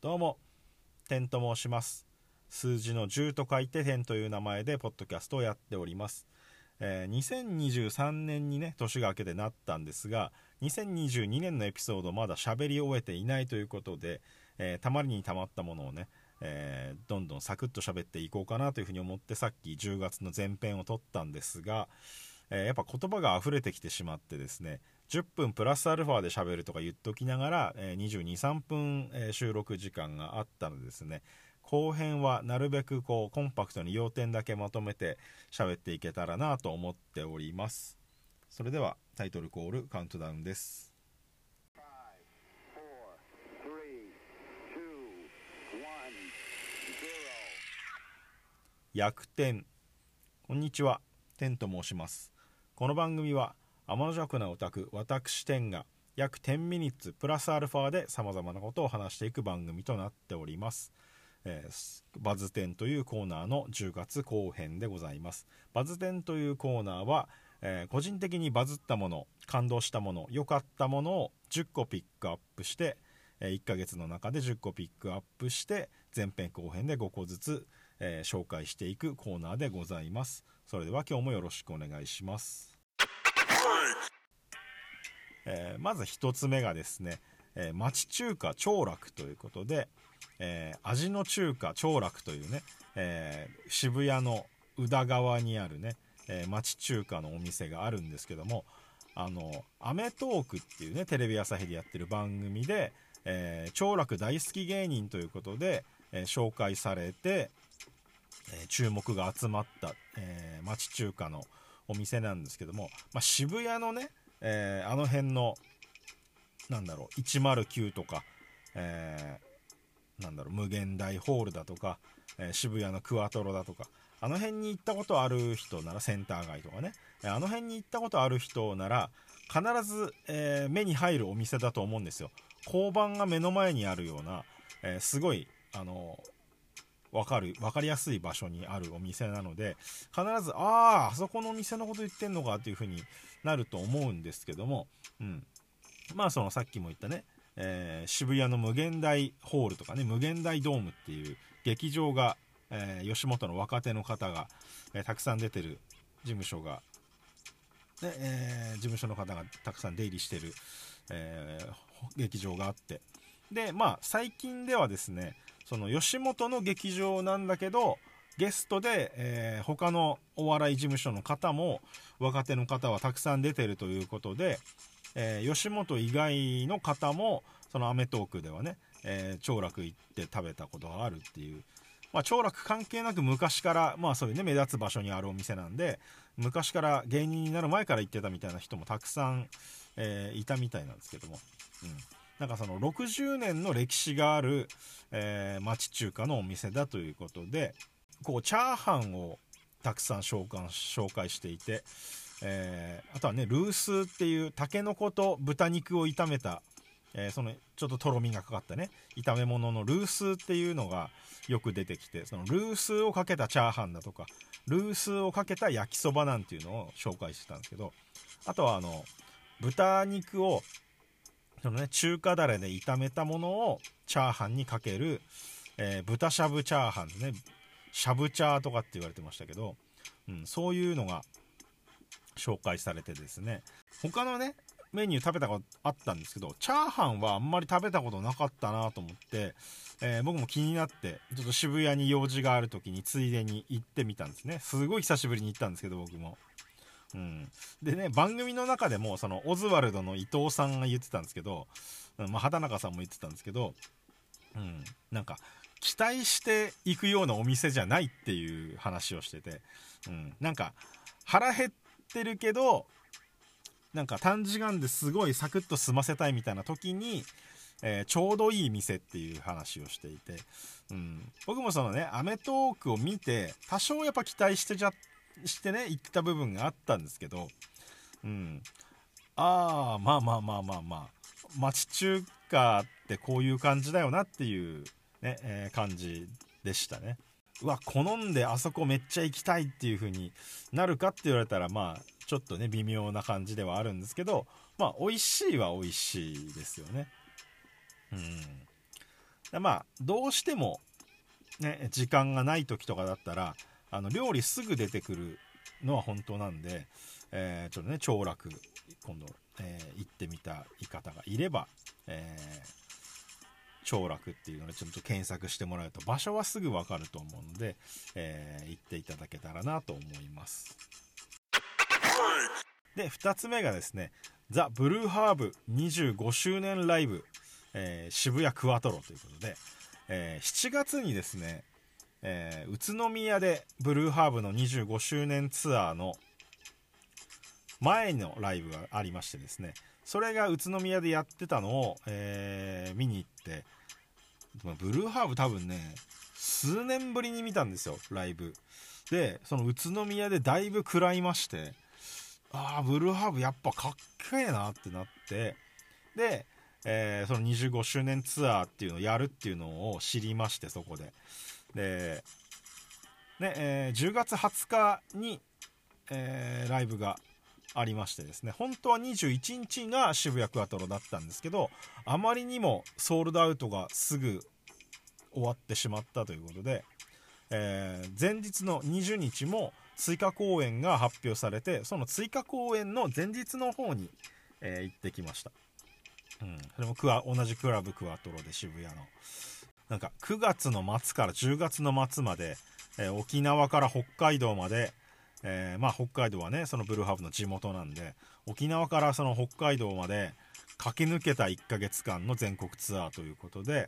どうも、天と申します。数字の10と書いて天という名前でポッドキャストをやっております。2023年にね年が明けてなったんですが、2022年のエピソードまだ喋り終えていないということで、たまりにたまったものをね、どんどんサクッと喋っていこうかなというふうに思って、さっき10月の前編を撮ったんですが、やっぱ言葉が溢れてきてしまってですね、10分プラスアルファで喋るとか言っときながら、22、3分、収録時間があったのでですね、後編はなるべくコンパクトに要点だけまとめて喋っていけたらなと思っております。それではタイトルコールカウントダウンです。逆転。こんにちは、天と申します。この番組は天の弱なオタク私天が約10ミニッツプラスアルファで様々なことを話していく番組となっております。バズ10というコーナーの10月後編でございます。バズ10というコーナーは、個人的にバズったもの、感動したもの、良かったものを10個ピックアップして、1ヶ月の中で10個ピックアップして前編後編で5個ずつ、紹介していくコーナーでございます。それでは今日もよろしくお願いします。まず一つ目がですね、町中華長楽ということで、味の中華長楽というね、渋谷の宇田川にあるね、町中華のお店があるんですけども、アメトーークっていうねテレビ朝日でやってる番組で、長楽大好き芸人ということで、紹介されて、注目が集まった、町中華のお店なんですけども、渋谷のね、あの辺の109とか、無限大ホールだとか、渋谷のクワトロだとか、あの辺に行ったことある人なら、センター街とかね、あの辺に行ったことある人なら必ず、目に入るお店だと思うんですよ。交番が目の前にあるような、すごい分かりやすい場所にあるお店なので、必ずあそこのお店のこと言ってんのかという風になると思うんですけども、そのさっきも言ったね、渋谷の無限大ホールとかね、無限大ドームっていう劇場が、吉本の若手の方が、たくさん出てる事務所が、事務所の方がたくさん出入りしてる、劇場があって、で最近ではですね、その吉本の劇場なんだけどゲストで、他のお笑い事務所の方も若手の方はたくさん出てるということで、吉本以外の方もそのアメトーークではね、長楽行って食べたことがあるっていう、長楽関係なく昔からそういうね目立つ場所にあるお店なんで、昔から芸人になる前から行ってたみたいな人もたくさん、いたみたいなんですけども、その60年の歴史がある、町中華のお店だということで、チャーハンをたくさん紹介していて、あとはねルースっていうタケノコと豚肉を炒めた、そのちょっととろみがかかったね炒め物のルースっていうのがよく出てきて、そのルースをかけたチャーハンだとかルースをかけた焼きそばなんていうのを紹介してたんですけど、あとは豚肉をそのね中華だれで炒めたものをチャーハンにかける、豚しゃぶチャーハンね、しゃぶチャーとかって言われてましたけど、そういうのが紹介されてですね、他のねメニュー食べたことあったんですけど、チャーハンはあんまり食べたことなかったなと思って、僕も気になってちょっと渋谷に用事がある時についでに行ってみたんですね。すごい久しぶりに行ったんですけど僕も、でね、番組の中でもそのオズワルドの伊藤さんが言ってたんですけど、畑中さんも言ってたんですけど、期待していくようなお店じゃないっていう話をしてて、腹減ってるけど短時間ですごいサクッと済ませたいみたいな時に、ちょうどいい店っていう話をしていて、僕もそのねアメトーークを見て多少やっぱ期待してね行った部分があったんですけど、町中華ってこういう感じだよなっていうね、感じでしたね。好んであそこめっちゃ行きたいっていう風になるかって言われたらちょっとね微妙な感じではあるんですけど、美味しいは美味しいですよね。 どうしてもね時間がない時とかだったら料理すぐ出てくるのは本当なんで、ちょっとね長楽今度、行ってみたい方がいれば、長楽っていうのでちょっと検索してもらうと場所はすぐ分かると思うので、行っていただけたらなと思います。で2つ目がですね、ザ・ブルーハーブ25周年ライブ、渋谷クワトロということで、7月にですね、宇都宮でブルーハーブの25周年ツアーの前のライブがありましてですね、それが宇都宮でやってたのを、見に行って、ブルーハーブ多分ね数年ぶりに見たんですよ、ライブで。その宇都宮でだいぶ食らいまして、ブルーハーブやっぱかっけえなってなって、で、その25周年ツアーっていうのをやるっていうのを知りまして、そこでね、10月20日に、ライブがありましてですね、本当は21日が渋谷クワトロだったんですけど、あまりにもソールドアウトがすぐ終わってしまったということで、前日の20日も追加公演が発表されて、その追加公演の前日の方に、行ってきました。それも同じクラブクワトロで渋谷のなんか9月の末から10月の末まで、沖縄から北海道まで、北海道はねそのブルーハーブの地元なんで、沖縄からその北海道まで駆け抜けた1ヶ月間の全国ツアーということで、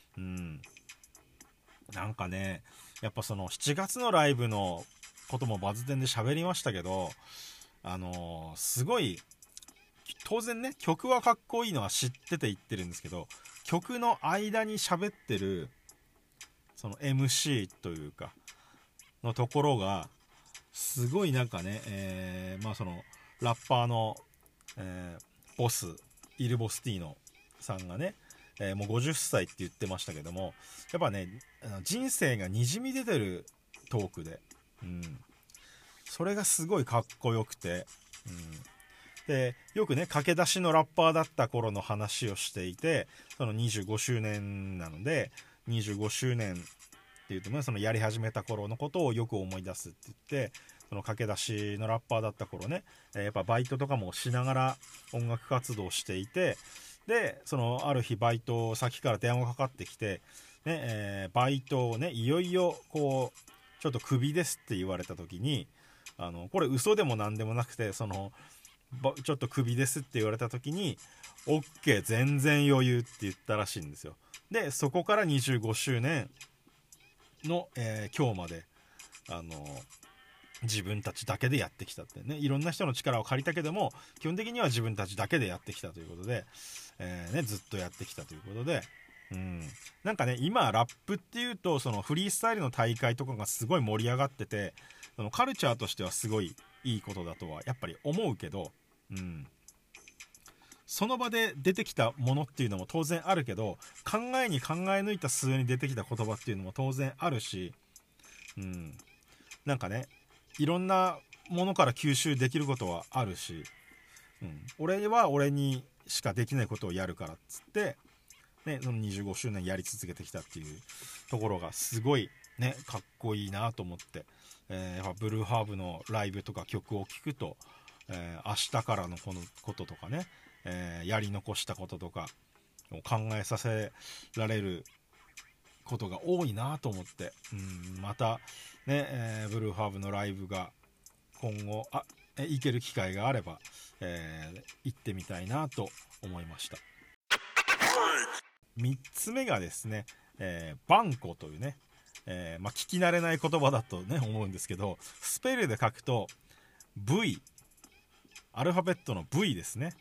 なんかねやっぱその7月のライブのこともバズテンで喋りましたけど、すごい当然ね曲はかっこいいのは知ってて言ってるんですけど、曲の間に喋ってるその MC というかのところがすごいなんかね、そのラッパーの、ボスイル・ボスティーノさんがね、もう50歳って言ってましたけども、やっぱね人生がにじみ出てるトークで、それがすごいかっこよくて、でよくね駆け出しのラッパーだった頃の話をしていて、その25周年なので25周年っていうとね、そのやり始めた頃のことをよく思い出すって言って、その駆け出しのラッパーだった頃ね、やっぱバイトとかもしながら音楽活動していて、でそのある日バイト先から電話かかってきて、バイトをねいよいよこうちょっとクビですって言われた時に、これ嘘でもなんでもなくて、そのちょっとクビですって言われた時に OK 全然余裕って言ったらしいんですよ。でそこから25周年の、今日まで自分たちだけでやってきたってね、いろんな人の力を借りたけども基本的には自分たちだけでやってきたということで、ずっとやってきたということで、なんかね今ラップっていうとそのフリースタイルの大会とかがすごい盛り上がってて、そのカルチャーとしてはすごいいいことだとはやっぱり思うけど、その場で出てきたものっていうのも当然あるけど、考え抜いた末に出てきた言葉っていうのも当然あるし、なんかねいろんなものから吸収できることはあるし、俺は俺にしかできないことをやるからっつって、ね、その25周年やり続けてきたっていうところがすごいねかっこいいなと思って、やっぱブルーハーブのライブとか曲を聴くと、明日からのこのこととかね、やり残したこととかを考えさせられることが多いなと思って、またね、ブルーハーブのライブが今後行ける機会があれば、行ってみたいなと思いました。3つ目がですね、バンコというね、聞き慣れない言葉だとね思うんですけど、スペルで書くと V アルファベットの V ですね、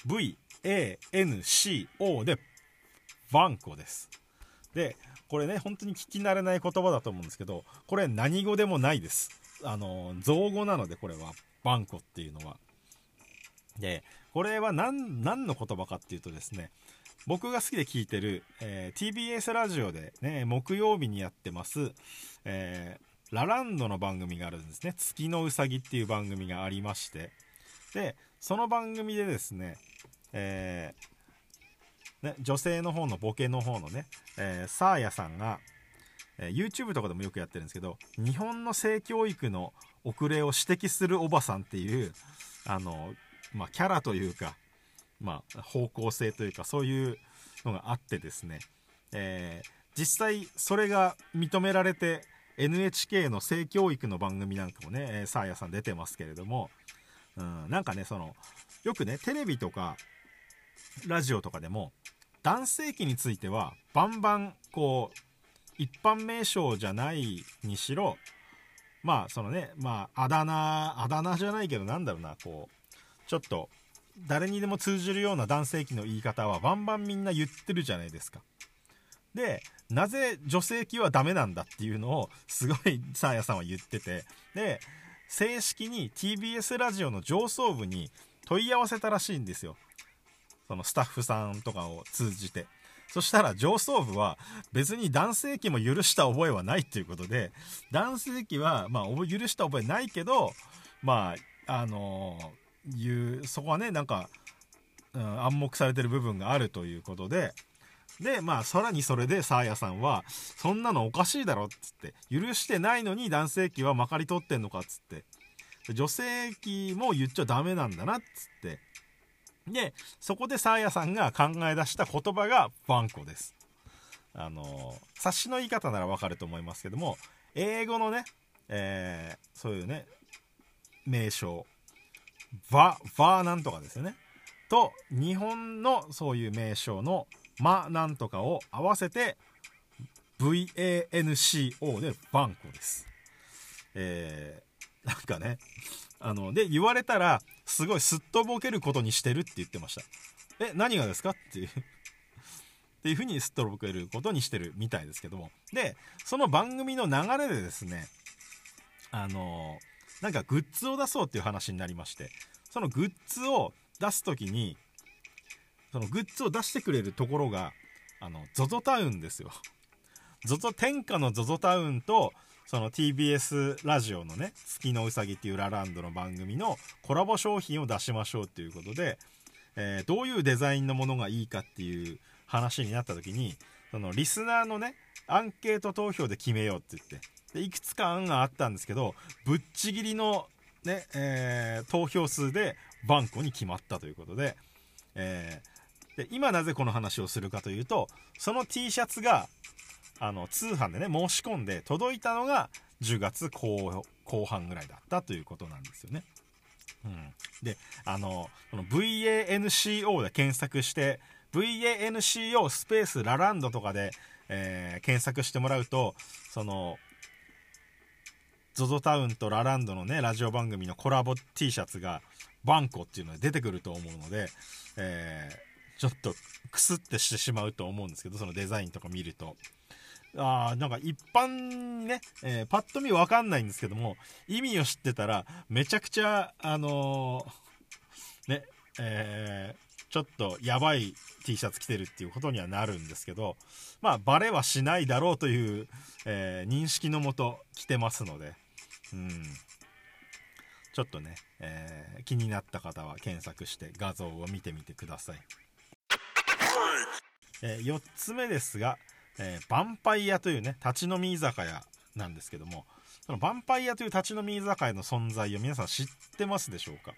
VANCO でバンコです。でこれね本当に聞き慣れない言葉だと思うんですけど、これ何語でもないです。造語なので、これはバンコっていうのは。でこれは何の言葉かっていうとですね、僕が好きで聞いてる、TBS ラジオでね木曜日にやってます、ラランドの番組があるんですね。月のうさぎっていう番組がありまして、でその番組でですね、 ね、女性の方のボケの方のね、サーヤさんが、YouTube とかでもよくやってるんですけど、日本の性教育の遅れを指摘するおばさんっていうキャラというか、方向性というか、そういうのがあってですね、実際それが認められて NHK の性教育の番組なんかもね、サーヤさん出てますけれども、なんかね、よくねテレビとかラジオとかでも男性器についてはバンバンこう一般名称じゃないにしろ、あだ名じゃないけど、なんだろうな、こうちょっと誰にでも通じるような男性器の言い方はバンバンみんな言ってるじゃないですか。で、なぜ女性器はダメなんだっていうのをすごいサーヤさんは言ってて、で正式に TBS ラジオの上層部に問い合わせたらしいんですよ、そのスタッフさんとかを通じて。そしたら上層部は別に男性器も許した覚えはないということで、男性器は許した覚えないけど、そこはね、なんか、暗黙されてる部分があるということで、さらにそれでサーヤさんはそんなのおかしいだろっつって、許してないのに男性器はまかり通ってんのかっつって、女性器も言っちゃダメなんだなっつって、でそこでサーヤさんが考え出した言葉がバンコです。察しの言い方ならわかると思いますけども、英語のね、そういうね名称バなんとかですよねと、日本のそういう名称のなんとかを合わせて VANCO でバンコです。なんかね、で言われたらすごいすっとぼけることにしてるって言ってました。何がですかっていうっていう風にすっとぼけることにしてるみたいですけども、でその番組の流れでですね、なんかグッズを出そうっていう話になりまして、そのグッズを出す時に、そのグッズを出してくれるところがZOZO タウンですよ。天下の ZOZO タウンとその TBS ラジオのね月のうさぎっていうラランドの番組のコラボ商品を出しましょうっていうことで、どういうデザインのものがいいかっていう話になった時に、そのリスナーのねアンケート投票で決めようって言って、でいくつか案があったんですけど、ぶっちぎりのね、投票数でバンコに決まったということで、で今なぜこの話をするかというと、その T シャツが通販でね申し込んで届いたのが10月後半ぐらいだったということなんですよね。でこの VANCO で検索して、 VANCO スペースラランドとかで、検索してもらうと、その ZOZO タウンとラランドのねラジオ番組のコラボ T シャツがバンコっていうので出てくると思うので、ちょっとクスってしてしまうと思うんですけど、そのデザインとか見るとなんか一般にね、パッと見わかんないんですけども、意味を知ってたらめちゃくちゃちょっとやばい T シャツ着てるっていうことにはなるんですけど、バレはしないだろうという、認識のもと着てますので、ちょっとね、気になった方は検索して画像を見てみてください。4つ目ですが、ヴァンパイアというね立ち飲み居酒屋なんですけども、そのヴァンパイアという立ち飲み居酒屋の存在を皆さん知ってますでしょうか。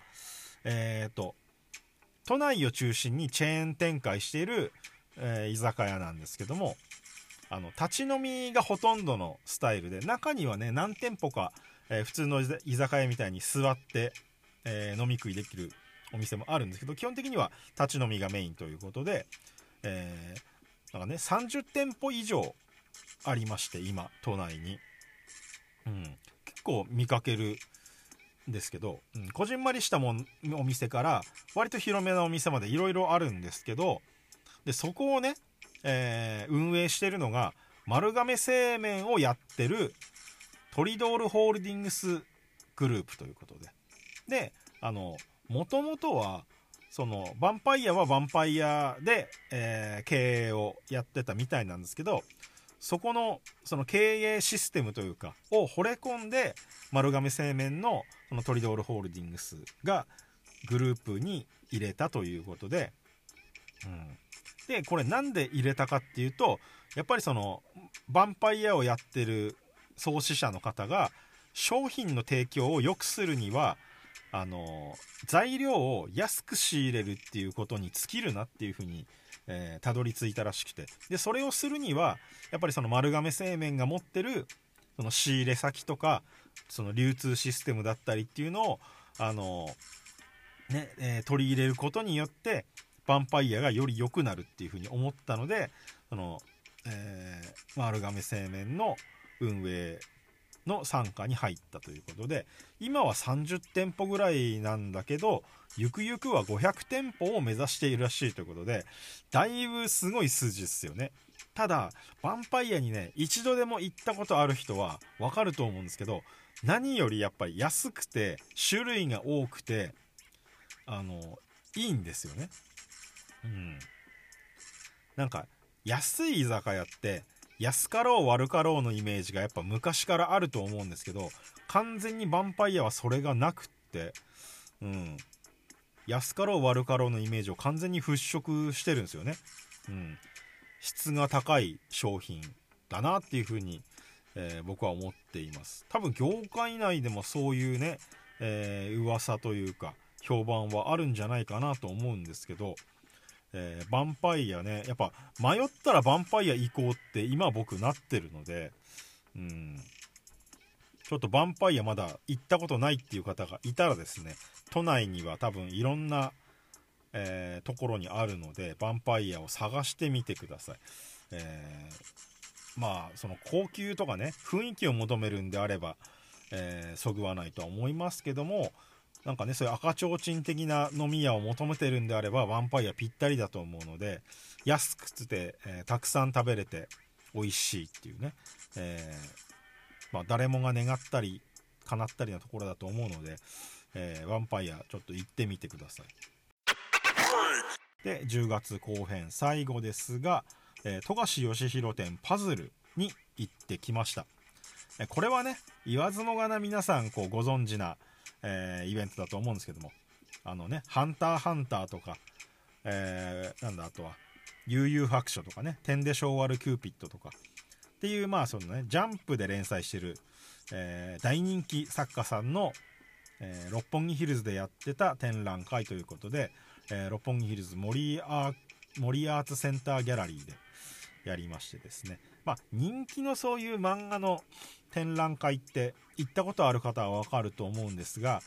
都内を中心にチェーン展開している、居酒屋なんですけども、立ち飲みがほとんどのスタイルで、中にはね何店舗か、普通の居酒屋みたいに座って、飲み食いできるお店もあるんですけど、基本的には立ち飲みがメインということで、なんかね30店舗以上ありまして、今都内に、結構見かけるんですけど、こじんまりしたお店から割と広めなお店までいろいろあるんですけど、でそこをね、運営してるのが丸亀製麺をやってるトリドールホールディングスグループということで、もともとはそのヴァンパイアはヴァンパイアで、経営をやってたみたいなんですけど、そこのその経営システムというかを惚れ込んで、丸亀製麺のそのトリドールホールディングスがグループに入れたということで、 でこれなんで入れたかっていうと、やっぱりそのヴァンパイアをやってる創始者の方が商品の提供を良くするには材料を安く仕入れるっていうことに尽きるなっていうふうにたどり着いたらしくて、でそれをするにはやっぱりその丸亀製麺が持ってるその仕入れ先とかその流通システムだったりっていうのを取り入れることによってヴァンパイアがより良くなるっていうふうに思ったので、その、丸亀製麺の運営の傘下に入ったということで、今は30店舗ぐらいなんだけど、ゆくゆくは500店舗を目指しているらしいということで、だいぶすごい数字ですよね。ただヴァンパイアにね一度でも行ったことある人は分かると思うんですけど、何よりやっぱり安くて種類が多くていいんですよね。なんか安い居酒屋って安かろう悪かろうのイメージがやっぱ昔からあると思うんですけど、完全にヴァンパイアはそれがなくって、安かろう悪かろうのイメージを完全に払拭してるんですよね。質が高い商品だなっていうふうに、僕は思っています。多分業界内でもそういうね、噂というか評判はあるんじゃないかなと思うんですけど、ヴァンパイアね、やっぱ迷ったらヴァンパイア行こうって今僕なってるので、ちょっとヴァンパイアまだ行ったことないっていう方がいたらですね、都内には多分いろんな、ところにあるのでヴァンパイアを探してみてください。その高級とかね雰囲気を求めるんであれば、そぐわないとは思いますけども、なんかねそういう赤ちょうちん的な飲み屋を求めてるんであればヴァンパイアぴったりだと思うので、安くて、たくさん食べれて美味しいっていうね、誰もが願ったり叶ったりなところだと思うので、ヴァンパイアちょっと行ってみてください。で10月後編最後ですが、富樫義弘店パズルに行ってきました。これはね言わずもがな皆さんご存知な、イベントだと思うんですけども、ハンターハンターとか、あとは悠々白書とかね、天で昭和るキューピッドとかっていうそのねジャンプで連載してる、大人気作家さんの、六本木ヒルズでやってた展覧会ということで、六本木ヒルズ森アーツセンターギャラリーでやりましてですね、人気のそういう漫画の展覧会って行ったことある方は分かると思うんですが、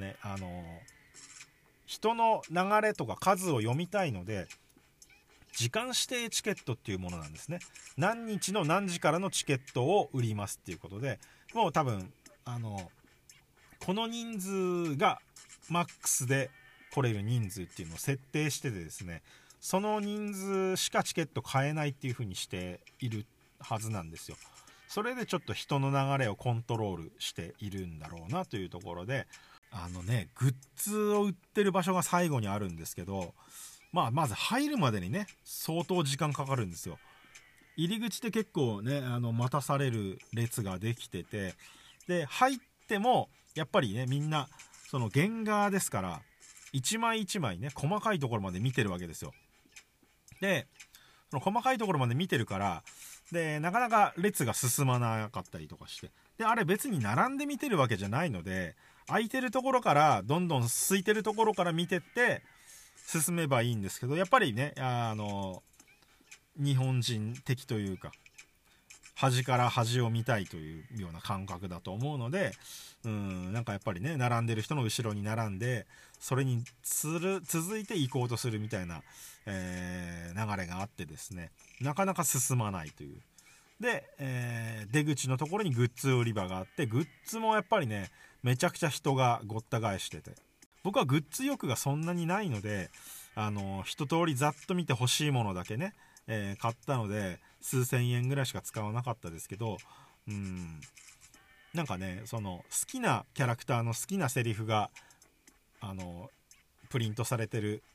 人の流れとか数を読みたいので時間指定チケットっていうものなんですね。何日の何時からのチケットを売りますっていうことで、もう多分この人数がマックスで来れる人数っていうのを設定しててですね、その人数しかチケット買えないっていう風にしているはずなんですよ。それでちょっと人の流れをコントロールしているんだろうなというところで、グッズを売ってる場所が最後にあるんですけど、まず入るまでにね相当時間かかるんですよ。入り口で結構ね待たされる列ができてて、で入ってもやっぱりねみんなその原画ですから一枚一枚ね細かいところまで見てるわけですよ。でその細かいところまで見てるからでなかなか列が進まなかったりとかして、であれ別に並んで見てるわけじゃないので、空いてるところからどんどん空いてるところから見てって進めばいいんですけど、やっぱりね日本人的というか端から端を見たいというような感覚だと思うので、なんかやっぱりね並んでる人の後ろに並んでそれに続いて行こうとするみたいな、流れがあってですね、なかなか進まないというで、出口のところにグッズ売り場があって、グッズもやっぱりねめちゃくちゃ人がごった返してて、僕はグッズ欲がそんなにないので一通りざっと見て欲しいものだけね、買ったので数千円ぐらいしか使わなかったですけど、なんかねその好きなキャラクターの好きなセリフがプリントされてる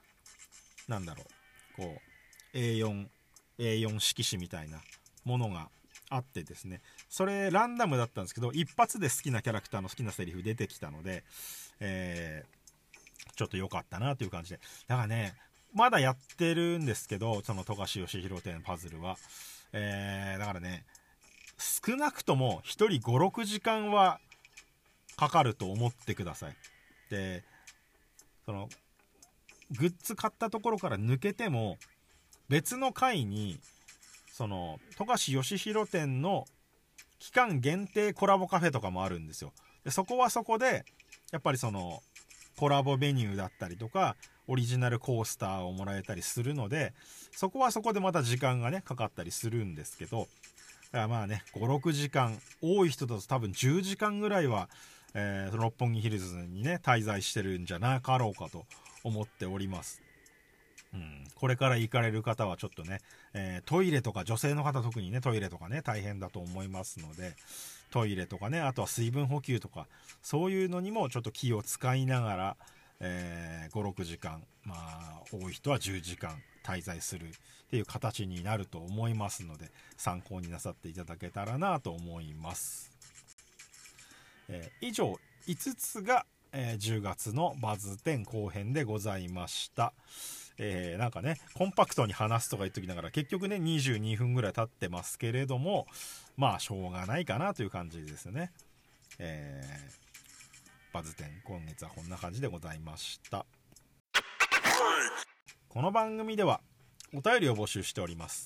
A4 色紙みたいなものがあってですね、それランダムだったんですけど一発で好きなキャラクターの好きなセリフ出てきたので、ちょっと良かったなという感じで、だからねまだやってるんですけど、その富樫義弘店パズルは、だからね、少なくとも1人 5,6 時間はかかると思ってください。で、そのグッズ買ったところから抜けても別の回にその富樫義弘店の期間限定コラボカフェとかもあるんですよ。でそこはそこでやっぱりそのコラボメニューだったりとかオリジナルコースターをもらえたりするので、そこはそこでまた時間がねかかったりするんですけど、だからまあね 5,6 時間、多い人だと多分10時間ぐらいは、六本木ヒルズにね滞在してるんじゃなかろうかと思っております。これから行かれる方はちょっとね、トイレとか、女性の方特にねトイレとかね大変だと思いますので、トイレとかね、あとは水分補給とかそういうのにもちょっと気を使いながら、5,6 時間、まあ多い人は10時間滞在するっていう形になると思いますので、参考になさっていただけたらなと思います。以上5つが、10月のバズ10後編でございました。なんかねコンパクトに話すとか言っときながら結局ね22分ぐらい経ってますけれども、まあしょうがないかなという感じですね。バズ10今月はこんな感じでございました。この番組ではお便りを募集しております。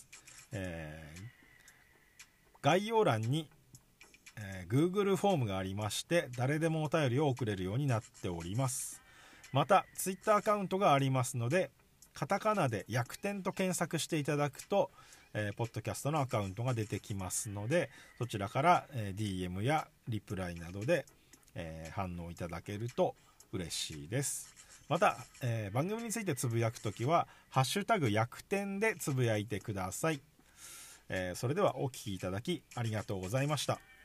概要欄に、Google フォームがありまして、誰でもお便りを送れるようになっております。また Twitter アカウントがありますので、カタカナで薬店と検索していただくと、ポッドキャストのアカウントが出てきますので、そちらから、DM やリプライなどで、反応いただけると嬉しいです。また、番組についてつぶやくときはハッシュタグ薬店でつぶやいてください。それではお聞きいただきありがとうございました。